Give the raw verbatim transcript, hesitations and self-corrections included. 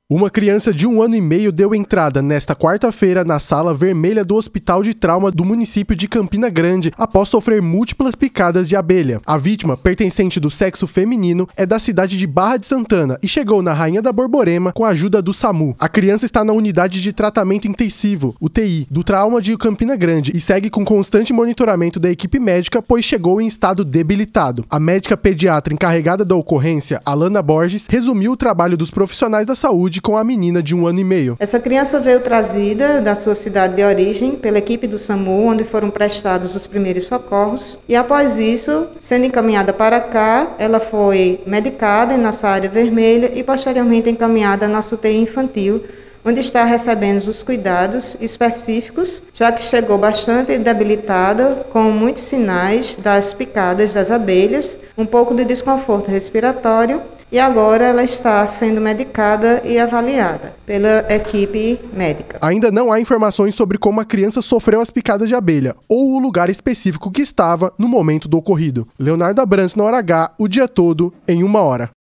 Uma criança de um ano e meio deu entrada nesta quarta-feira na sala vermelha do Hospital de Trauma do município de Campina Grande após sofrer múltiplas picadas de abelha. A vítima, pertencente do sexo feminino, é da cidade de Barra de Santana e chegou na Rainha da Borborema com a ajuda do SAMU. A criança está na unidade de tratamento intensivo, U T I, do trauma de Campina Grande e segue com constante monitoramento da equipe médica, pois chegou em estado debilitado. A médica pediatra encarregada da ocorrência, Alana Borges, resumiu o trabalho dos profissionais da saúde com a menina de um ano e meio. Essa criança veio trazida da sua cidade de origem pela equipe do SAMU, onde foram prestados os primeiros socorros, e após isso, sendo encaminhada para cá, ela foi medicada em nossa área vermelha e posteriormente encaminhada à nossa U T I infantil, onde está recebendo os cuidados específicos, já que chegou bastante debilitada, com muitos sinais das picadas das abelhas, um pouco de desconforto respiratório, e agora ela está sendo medicada e avaliada pela equipe médica. Ainda não há informações sobre como a criança sofreu as picadas de abelha ou o lugar específico que estava no momento do ocorrido. Leonardo Abrantes na Hora H, o dia todo, em uma hora.